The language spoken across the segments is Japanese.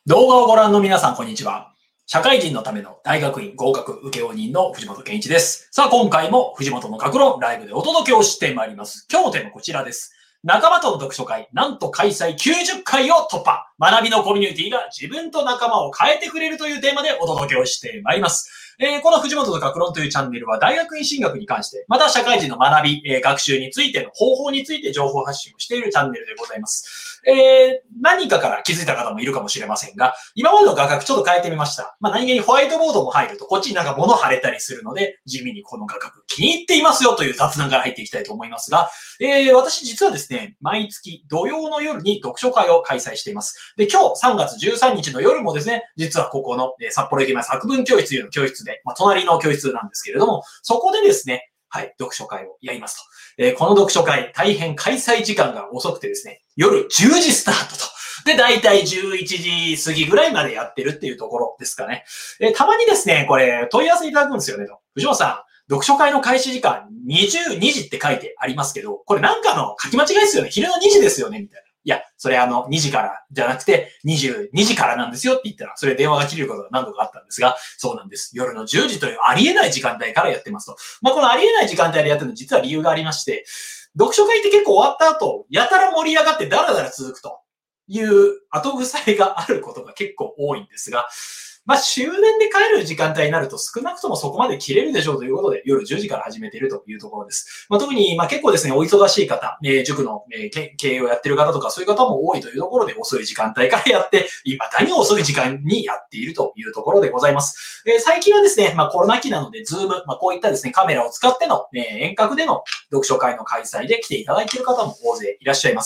動画をご覧の皆さん、こんにちは。社会人のための大学院合格請負人の藤本健一です。さあ、今回も藤本の学論ライブでお届けをしてまいります。今日のテーマこちらです。仲間との読書会、なんと開催90回を突破。学びのコミュニティが自分と仲間を変えてくれるというテーマでお届けをしてまいります。この藤本の学論というチャンネルは大学院進学に関して、また社会人の学び、学習についての方法について情報発信をしているチャンネルでございます。何人かから気づいた方もいるかもしれませんが、今までの画角ちょっと変えてみました。何気にホワイトボードも入ると、こっちになんか物貼れたりするので、地味にこの画角気に入っていますよという雑談から入っていきたいと思いますが、私実はですね、毎月土曜の夜に読書会を開催しています。で、今日3月13日の夜もですね、実はここの札幌駅前作文教室という教室で、隣の教室なんですけれども、そこでですね、はい、読書会をやりますと。この読書会、大変開催時間が遅くてですね、夜10時スタートと。で、だいたい11時過ぎぐらいまでやってるっていうところですかね。たまにですね、これ問い合わせいただくんですよねと。藤本さん、読書会の開始時間22時って書いてありますけど、これなんかの書き間違いですよね。昼の2時ですよねみたいな。いや、それ2時からじゃなくて22時からなんですよって言ったら、それ電話が切れることが何度かあったんですが、そうなんです。夜の10時というありえない時間帯からやってますと。このありえない時間帯でやってるの実は理由がありまして、読書会って結構終わった後、やたら盛り上がってダラダラ続くという後腐れがあることが結構多いんですが、終電で帰る時間帯になると少なくともそこまで切れるでしょうということで夜10時から始めているというところです。特に結構ですね、お忙しい方、塾の経営をやっている方とかそういう方も多いというところで遅い時間帯からやって、未だに遅い時間にやっているというところでございます。最近はですね、コロナ期なのでズーム、こういったですね、カメラを使っての、遠隔での読書会の開催で来ていただいている方も大勢いらっしゃいます。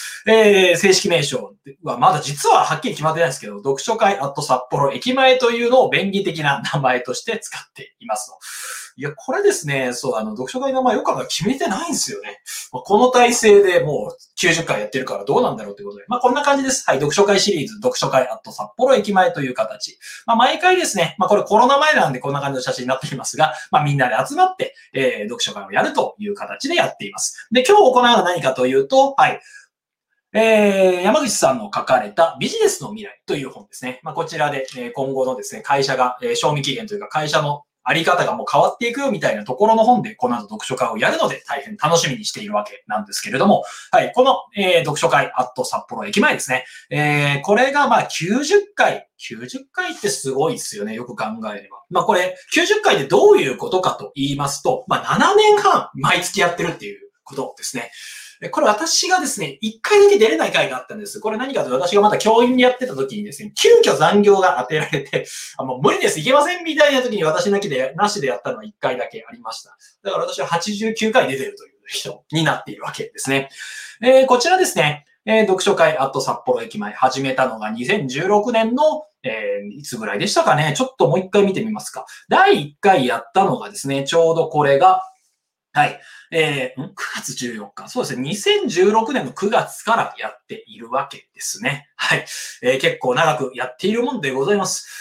正式名称はまだ実ははっきり決まってないんですけど、読書会札幌駅前というのを便宜的な名前として使っていますと。いや、これですね、読書会の名前よく決めてないんですよね。この体制でもう90回やってるからどうなんだろうということで。こんな感じです。はい、読書会シリーズ、読書会札幌駅前という形。毎回ですね、これコロナ前なんでこんな感じの写真になっていますが、みんなで集まって、読書会をやるという形でやっています。で、今日行うのは何かというと、はい、山口さんの書かれたビジネスの未来という本ですね。こちらで、今後のですね、会社が、賞味期限というか会社のあり方がもう変わっていくよみたいなところの本でこの後読書会をやるので大変楽しみにしているわけなんですけれども、はい、この、読書会札幌駅前ですね。これが90回ってすごいですよね。よく考えれば。これ90回でどういうことかと言いますと、7年半毎月やってるっていうことですね。これ私がですね、1回だけ出れない回があったんです。これ何かというと私がまだ教員でやってた時にですね、急遽残業が当てられて、もう無理です、いけませんみたいな時に私なしでやったのは1回だけありました。だから私は89回出てるという人になっているわけですね。こちらですね、読書会札幌駅前始めたのが2016年のいつぐらいでしたかね。ちょっともう一回見てみますか。第1回やったのがですね、ちょうどこれが、はい。9月14日。そうですね。2016年の9月からやっているわけですね。はい。結構長くやっているもんでございます。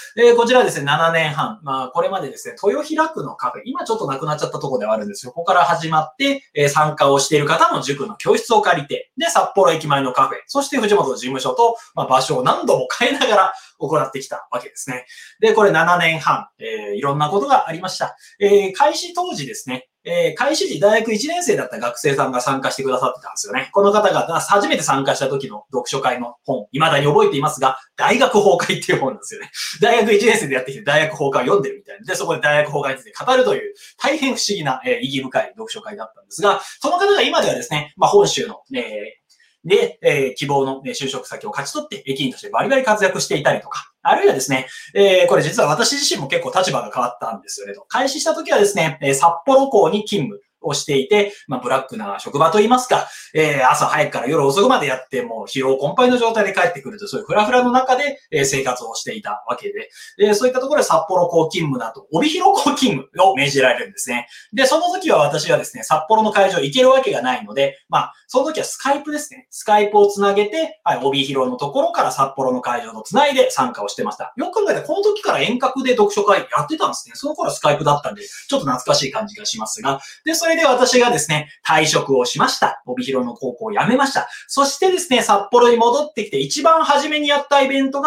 こちらですね、7年半。これまでですね、豊平区のカフェ、今ちょっとなくなっちゃったところではあるんですよ。ここから始まって、参加をしている方の塾の教室を借りて、で、札幌駅前のカフェ、そして藤本事務所と、場所を何度も変えながら行ってきたわけですね。で、これ7年半、いろんなことがありました。開始当時ですね、開始時大学1年生だった学生さんが参加してくださってたんですよね。この方が初めて参加した時の読書会の本、未だに覚えていますが、大学崩壊っていう本なんですよね。大学1年生でやってきて大学崩壊を読んでるみたいな。で、そこで大学崩壊について語るという、大変不思議な、意義深い読書会だったんですが、その方が今ではですね、本州の、で、希望の就職先を勝ち取って駅員としてバリバリ活躍していたりとか、あるいはですね、これ実は私自身も結構立場が変わったんですよねと。開始した時はですね、札幌港に勤務をしていて、ブラックな職場といいますか、朝早くから夜遅くまでやって、もう疲労困憊の状態で帰ってくると、そういうフラフラの中で、生活をしていたわけで、そういったところで札幌港勤務だと、帯広港勤務を命じられるんですね。で、その時は私はですね、札幌の会場行けるわけがないので、その時はスカイプですね。スカイプをつなげて、はい、帯広のところから札幌の会場とつないで参加をしてました。よく考えたら、この時から遠隔で読書会やってたんですね。その頃はスカイプだったんで、ちょっと懐かしい感じがしますが、で、それで私がですね、退職をしました。帯広の高校を辞めました。そしてですね、札幌に戻ってきて一番初めにやったイベントが、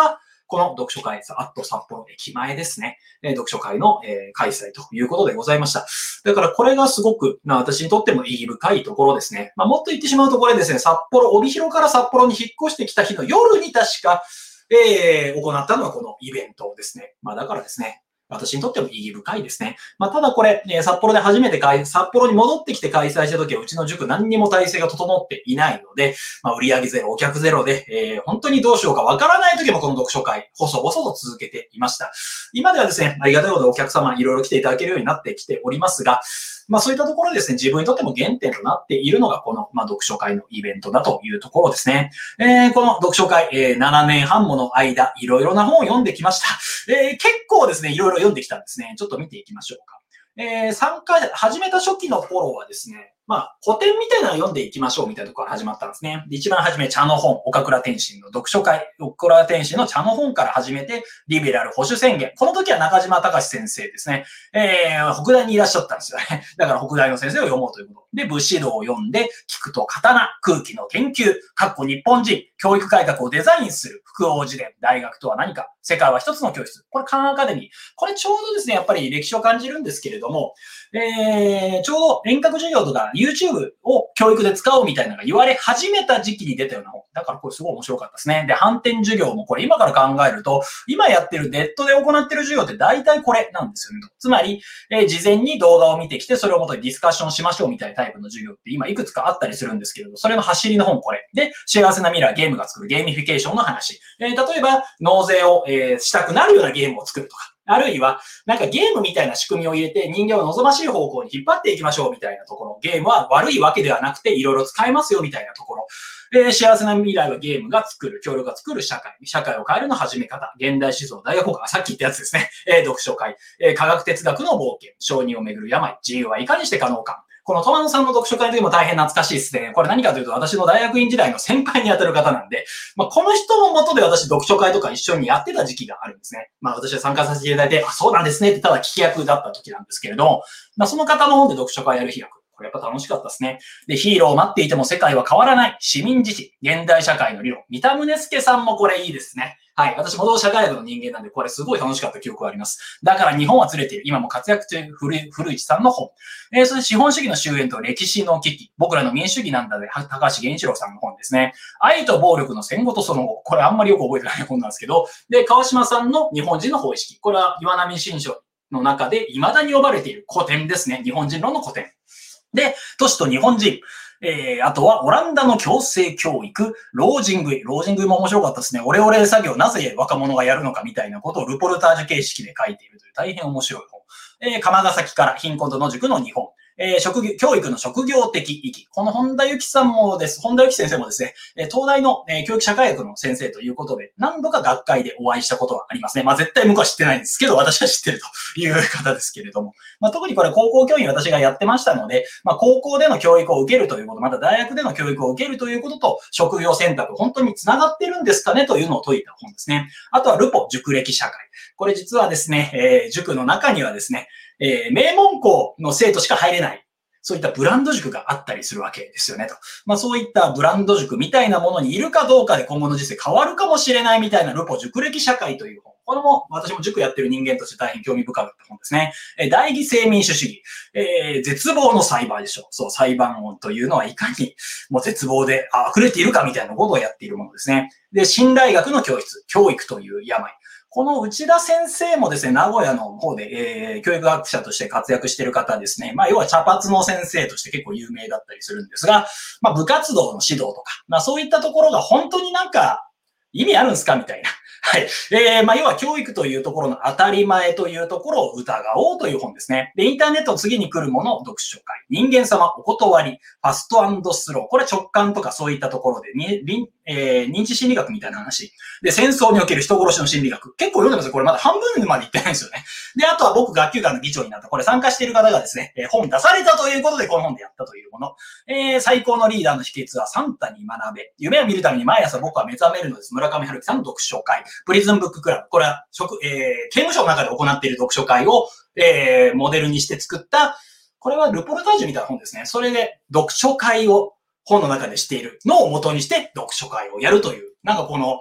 この読書会、札幌駅前ですね。読書会の、開催ということでございました。だからこれがすごく、私にとっても意義深いところですね。もっと言ってしまうとこれですね、帯広から札幌に引っ越してきた日の夜に確か、行ったのはこのイベントですね。だからですね、私にとっても意義深いですね。ただこれ、札幌で初めて札幌に戻ってきて開催した時はうちの塾何にも体制が整っていないので、売上ゼロ、お客ゼロで、本当にどうしようかわからない時もこの読書会、細々と続けていました。今ではですね、ありがたいことでお客様いろいろ来ていただけるようになってきておりますが、そういったところですね、自分にとっても原点となっているのがこの、読書会のイベントだというところですね。この読書会、7年半もの間、いろいろな本を読んできました。結構ですね、いろいろ読んできたんですね。ちょっと見ていきましょうか。始めた初期の頃はですね、古典みたいなのを読んでいきましょうみたいなところから始まったんですね。で、一番初め、茶の本、岡倉天心の読書会、岡倉天心の茶の本から始めて、リベラル保守宣言。この時は中島隆先生ですね。北大にいらっしゃったんですよね。だから北大の先生を読もうということ。で、武士道を読んで、聞くと刀、空気の研究、日本人、教育改革をデザインする、福王寺伝、大学とは何か、世界は一つの教室。これ、カンアカデミー。これちょうどですね、やっぱり歴史を感じるんですけれども、ちょうど遠隔授業とか YouTube を教育で使おうみたいなのが言われ始めた時期に出たような本。だからこれすごい面白かったですね。で、反転授業もこれ今から考えると、今やってるネットで行ってる授業って大体これなんですよね。つまり、事前に動画を見てきて、それをもとにディスカッションしましょうみたいなタイプの授業って今いくつかあったりするんですけれど、それの走りの本これ。で、幸せな未来ゲームが作るゲーミフィケーションの話。例えば、納税を、したくなるようなゲームを作るとか。あるいは、なんかゲームみたいな仕組みを入れて人間を望ましい方向に引っ張っていきましょうみたいなところ。ゲームは悪いわけではなくていろいろ使えますよみたいなところ。幸せな未来はゲームが作る、協力が作る社会。社会を変えるの始め方。現代思想、大学国家。さっき言ったやつですね。読書会。科学哲学の冒険。承認をめぐる病。自由はいかにして可能か。このトマノさんの読書会の時も大変懐かしいですね。これ何かというと私の大学院時代の先輩に当たる方なんで、この人の下で私読書会とか一緒にやってた時期があるんですね。私は参加させていただいて、そうなんですねってただ聞き役だった時なんですけれども、その方の本で読書会やる日がこれやっぱ楽しかったですね。で、ヒーローを待っていても世界は変わらない。市民自治、現代社会の理論。三田宗介さんもこれいいですね。はい。私も同社会学の人間なんで、これすごい楽しかった記憶があります。だから日本はずれている。今も活躍中、古市さんの本。それ資本主義の終焉と歴史の危機。僕らの民主主義なんだで、高橋源一郎さんの本ですね。愛と暴力の戦後とその後。これあんまりよく覚えてない本なんですけど。で、川島さんの日本人の法意識。これは岩波新書の中で未だに呼ばれている古典ですね。日本人論の古典。で、都市と日本人。あとはオランダの強制教育、ロージングも面白かったですね。オレオレ作業、なぜ若者がやるのかみたいなことをルポルタージュ形式で書いているという大変面白い本。釜ヶ崎から貧困と野宿の日本。教育の職業的意義。この本田由紀さんもです。本田由紀先生もですね、東大の、教育社会学の先生ということで、何度か学会でお会いしたことはありますね。絶対向こうは知ってないんですけど、私は知ってるという方ですけれども。特にこれ高校教員私がやってましたので、高校での教育を受けるということ、また大学での教育を受けるということと、職業選択、本当に繋がってるんですかねというのを説いた本ですね。あとはルポ、塾歴社会。これ実はですね、塾の中にはですね、名門校の生徒しか入れない。そういったブランド塾があったりするわけですよねと。そういったブランド塾みたいなものにいるかどうかで今後の人生変わるかもしれないみたいなルポ塾歴社会という本。これも私も塾やってる人間として大変興味深かった本ですね。代議制民主主義。絶望の裁判でしょ。そう、裁判音というのはいかにもう絶望で溢れているかみたいなことをやっているものですね。で、信頼学の教室。教育という病。この内田先生もですね、名古屋の方で、教育学者として活躍している方ですね。要は茶髪の先生として結構有名だったりするんですが、部活動の指導とか、そういったところが本当になんか意味あるんですかみたいな。はい。要は教育というところの当たり前というところを疑おうという本ですね。で、インターネット次に来るもの、読書会。人間様、お断り。ファスト&スロー。これ直感とかそういったところで、認知心理学みたいな話。で、戦争における人殺しの心理学。結構読んでますよ。これまだ半分までいってないんですよね。で、あとは僕、学級会の議長になった。これ参加している方がですね、本出されたということで、この本でやったというもの。最高のリーダーの秘訣はサンタに学べ。夢を見るために毎朝僕は目覚めるのです。村上春樹さんの読書会。プリズンブッククラブ。これは、刑務所の中で行っている読書会を、モデルにして作った、これはルポルタージュみたいな本ですね。それで読書会を本の中でしているのを元にして読書会をやるという、なんかこの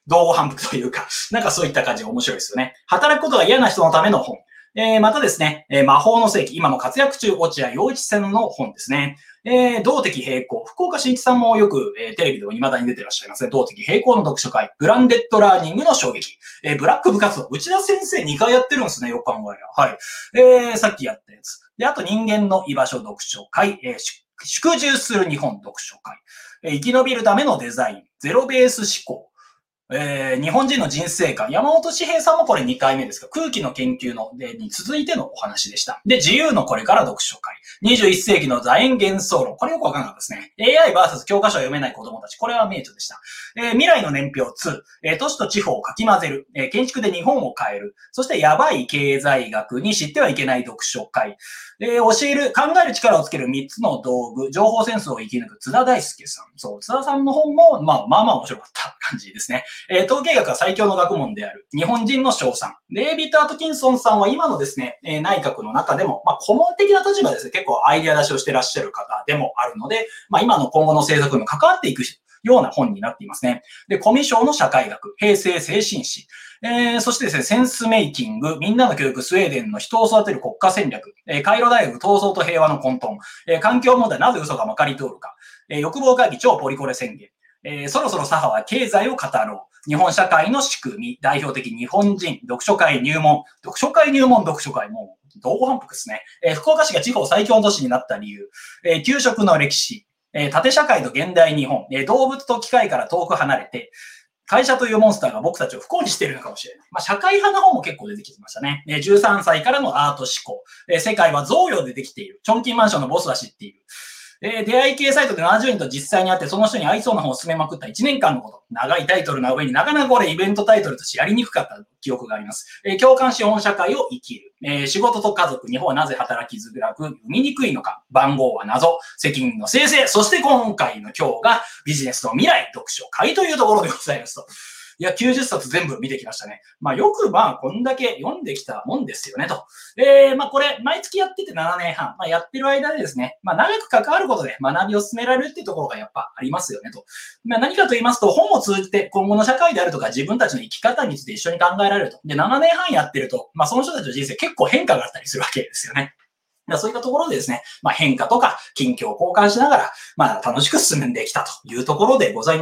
道後反復というか、なんかそういった感じが面白いですよね。働くことが嫌な人のための本。またですね、魔法の世紀、今も活躍中、落合陽一さんの本ですね。動的平衡。福岡伸一さんもよく、テレビでも未だに出てらっしゃいますね。動的平衡の読書会。グランデッドラーニングの衝撃。ブラック部活動。内田先生2回やってるんですね。よく考えれば。はい。さっきやったやつ。で、あと人間の居場所読書会。縮充する日本読書会。生き延びるためのデザイン。ゼロベース思考。日本人の人生観。山本志平さんもこれ2回目ですが、空気の研究のに続いてのお話でした。で、自由のこれから読書会。21世紀の楕円幻想論。これよくわかんなかったですね。AI vs 教科書を読めない子供たち。これは名著でした。未来の年表2。都市と地方をかき混ぜる。建築で日本を変える。そしてやばい経済学に知ってはいけない読書会。教える、考える力をつける3つの道具。情報戦争を生き抜く津田大介さん。そう、津田さんの本も、まあ面白かった感じですね。統計学は最強の学問である。日本人の賞賛。デイビッド・アトキンソンさんは今のですね、内閣の中でも、顧問的な立場ですね、結構アイデア出しをしてらっしゃる方でもあるので、今の今後の政策にも関わっていくような本になっていますね。で、コミュ障の社会学、平成精神史。そしてですね、センスメイキング、みんなの教育、スウェーデンの人を育てる国家戦略、カイロ大学、闘争と平和の混沌、環境問題、なぜ嘘がまかり通るか、欲望会議、超ポリコレ宣言、そろそろ左派は経済を語ろう。日本社会の仕組み、代表的日本人、読書会入門、読書会、もう、道後反復ですね。福岡市が地方最強の都市になった理由、給食の歴史、縦社会と現代日本、動物と機械から遠く離れて、会社というモンスターが僕たちを不幸にしているのかもしれない。社会派の方も結構出てきてましたね。13歳からのアート思考。世界は贈与でできている。チョンキンマンションのボスは知っている。出会い系サイトで70人と実際に会って、その人に合いそうな本を進めまくった1年間のこと。長いタイトルな上になかなかこれイベントタイトルとしてやりにくかった記憶があります。共感資本社会を生きる。仕事と家族、日本はなぜ働きづらく、生みにくいのか。番号は謎。責任の生成。そして今回の今日がビジネスの未来読書会というところでございますと。いや、90冊全部見てきましたね。よくこんだけ読んできたもんですよね、と。これ、毎月やってて7年半。やってる間でですね、長く関わることで学びを進められるっていうところがやっぱありますよね、と。何かと言いますと、本を通じて今後の社会であるとか自分たちの生き方について一緒に考えられると。で、7年半やってると、その人たちの人生結構変化があったりするわけですよね。そういったところでですね、変化とか近況を交換しながら、楽しく進んできたというところでございます。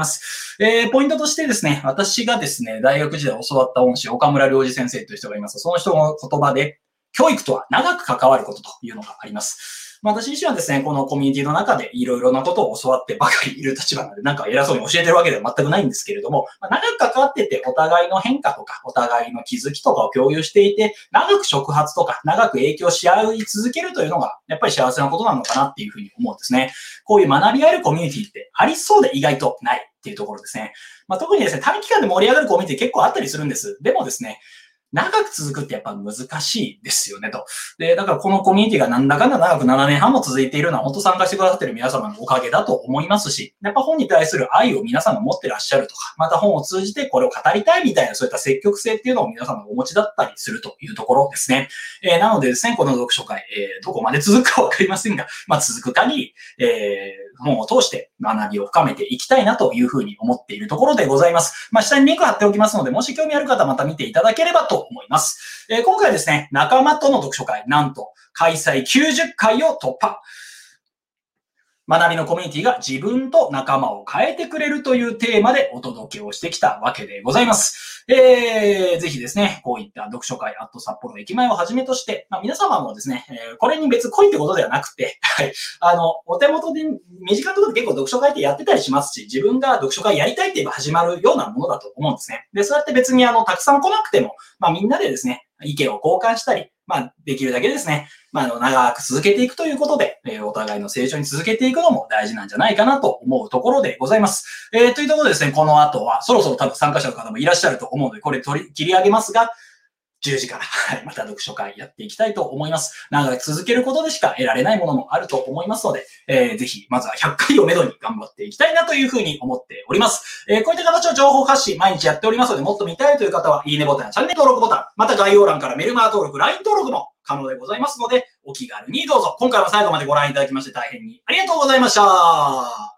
ポイントとしてですね、私がですね、大学時代教わった恩師、岡村良二先生という人がいます。その人の言葉で、教育とは長く関わることというのがあります。私自身はですね、このコミュニティの中でいろいろなことを教わってばかりいる立場なので、なんか偉そうに教えてるわけでは全くないんですけれども、長く関わっててお互いの変化とか、お互いの気づきとかを共有していて、長く触発とか、長く影響し合い続けるというのが、やっぱり幸せなことなのかなっていうふうに思うんですね。こういう学び合えるコミュニティってありそうで意外とないっていうところですね。特にですね、短期間で盛り上がるコミュニティ結構あったりするんです。でもですね、長く続くってやっぱ難しいですよねと。で、だからこのコミュニティがなんだかんだ長く7年半も続いているのは本当参加してくださっている皆様のおかげだと思いますし、やっぱ本に対する愛を皆さんが持ってらっしゃるとか、また本を通じてこれを語りたいみたいなそういった積極性っていうのを皆さんがお持ちだったりするというところですね。なのでですね、この読書会、どこまで続くかわかりませんが、続く限り、本を通して学びを深めていきたいなというふうに思っているところでございます。下にリンク貼っておきますので、もし興味ある方はまた見ていただければと思います。今回ですね、仲間との読書会、なんと開催90回を突破。学びのコミュニティが自分と仲間を変えてくれるというテーマでお届けをしてきたわけでございます。ぜひですね、こういった読書会、札幌駅前をはじめとして、皆様もですね、これに別に来いってことではなくて、はい、お手元で身近なところで結構読書会ってやってたりしますし、自分が読書会やりたいって言えば始まるようなものだと思うんですね。で、そうやって別にたくさん来なくても、みんなでですね、意見を交換したり、できるだけですね、長く続けていくということで、お互いの成長に続けていくのも大事なんじゃないかなと思うところでございます。というところでですね、この後は、そろそろ多分参加者の方もいらっしゃると思うので、これ切り上げますが、10時から、また読書会やっていきたいと思います。長く続けることでしか得られないものもあると思いますので、ぜひ、まずは100回をめどに頑張っていきたいなというふうに思っております。こういった形の情報発信、毎日やっておりますので、もっと見たいという方は、いいねボタン、チャンネル登録ボタン、また概要欄からメルマガ登録、LINE 登録も可能でございますので、お気軽にどうぞ。今回は最後までご覧いただきまして大変にありがとうございました。